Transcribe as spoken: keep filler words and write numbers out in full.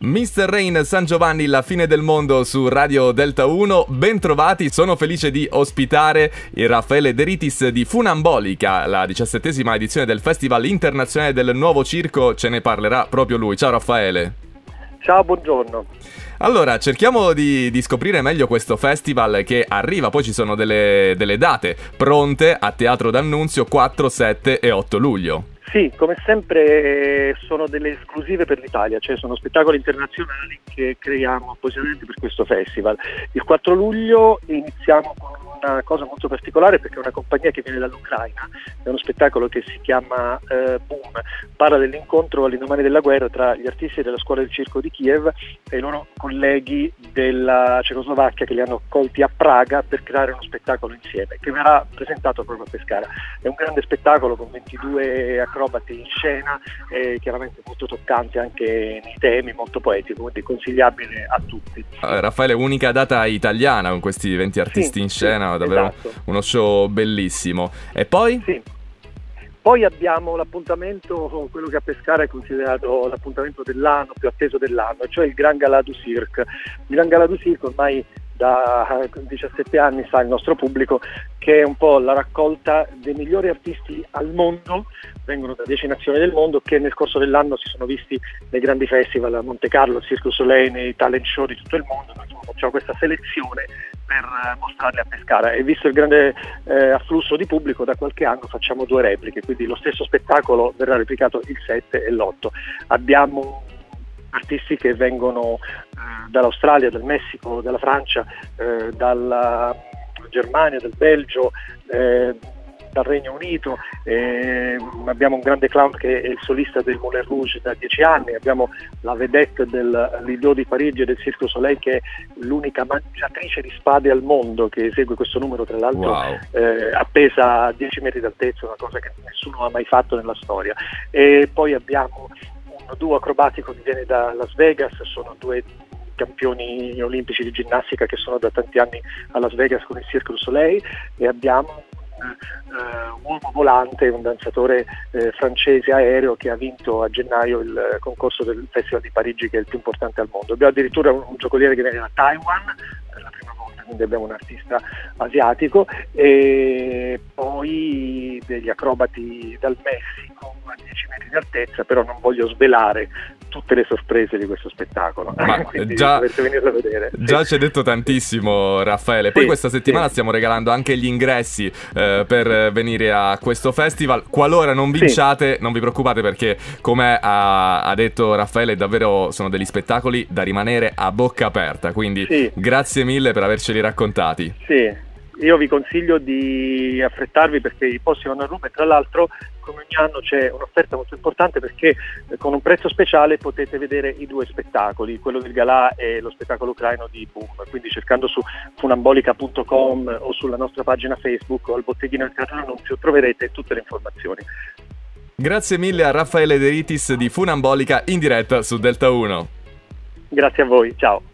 mister Rain San Giovanni, la fine del mondo su Radio Delta uno, ben trovati, sono felice di ospitare il Raffaele De Ritis di Funambolica, la diciassettesima edizione del Festival Internazionale del Nuovo Circo, ce ne parlerà proprio lui. Ciao Raffaele. Ciao, buongiorno. Allora, cerchiamo di, di scoprire meglio questo festival che arriva, poi ci sono delle, delle date pronte a Teatro d'Annunzio quattro, sette e otto luglio. Sì, come sempre sono delle esclusive per l'Italia, cioè sono spettacoli internazionali che creiamo appositamente per questo festival. Il quattro luglio iniziamo con una cosa molto particolare perché è una compagnia che viene dall'Ucraina, è uno spettacolo che si chiama eh, Boom, parla dell'incontro all'indomani della guerra tra gli artisti della scuola del circo di Kiev e i loro colleghi della Cecoslovacchia che li hanno accolti a Praga per creare uno spettacolo insieme che verrà presentato proprio a Pescara. È un grande spettacolo con ventidue acrobati in scena, eh, chiaramente molto toccante anche nei temi, molto poetico, quindi consigliabile a tutti. Uh, Raffaele, unica data italiana con questi venti artisti sì, in scena, sì, davvero esatto. Uno show bellissimo. E poi? Sì. Poi abbiamo l'appuntamento, quello che a Pescara è considerato l'appuntamento dell'anno, più atteso dell'anno, cioè il Gran Galà du Cirque. Il Gran Galà du Cirque ormai da diciassette anni sa il nostro pubblico che è un po' la raccolta dei migliori artisti al mondo, vengono da dieci nazioni del mondo, che nel corso dell'anno si sono visti nei grandi festival a Monte Carlo, al Cirque du Soleil, nei talent show di tutto il mondo. Noi facciamo questa selezione per mostrarli a Pescara e visto il grande eh, afflusso di pubblico da qualche anno facciamo due repliche, quindi lo stesso spettacolo verrà replicato il sette e l'otto. Abbiamo artisti che vengono eh, dall'Australia, dal Messico, dalla Francia, eh, dalla Germania, dal Belgio, eh, dal Regno Unito, eh, abbiamo un grande clown che è il solista del Moulin Rouge da dieci anni, abbiamo la vedette del Lido di Parigi e del Cirque du Soleil che è l'unica mangiatrice di spade al mondo che esegue questo numero, tra l'altro wow. eh, appesa a dieci metri d'altezza, una cosa che nessuno ha mai fatto nella storia. E poi abbiamo un duo acrobatico che viene da Las Vegas, sono due campioni olimpici di ginnastica che sono da tanti anni a Las Vegas con il Cirque du Soleil, e abbiamo Uh, uomo volante, un danzatore uh, francese aereo che ha vinto a gennaio il uh, concorso del Festival di Parigi, che è il più importante al mondo. Abbiamo addirittura un, un giocoliere che viene da Taiwan per la prima volta, quindi abbiamo un artista asiatico, e poi degli acrobati dal Messico a dieci metri di altezza, però non voglio svelare tutte le sorprese di questo spettacolo. Ma quindi già, dovete venirlo a vedere. Già sì. ci hai detto tantissimo, Raffaele. Poi sì, questa settimana sì. stiamo regalando anche gli ingressi eh, per venire a questo festival. Qualora non vinciate, sì. non vi preoccupate, perché come ha, ha detto Raffaele, davvero sono degli spettacoli da rimanere a bocca aperta. Quindi sì. grazie mille per averceli raccontati. Sì. Io vi consiglio di affrettarvi perché i posti vanno a ruba, e tra l'altro come ogni anno c'è un'offerta molto importante perché con un prezzo speciale potete vedere i due spettacoli, quello del Galà e lo spettacolo ucraino di Boom, quindi cercando su funambolica punto com o sulla nostra pagina Facebook o al botteghino del Teatro d'Annunzio troverete tutte le informazioni. Grazie mille a Raffaele De Ritis di Funambolica in diretta su Delta uno. Grazie a voi, ciao.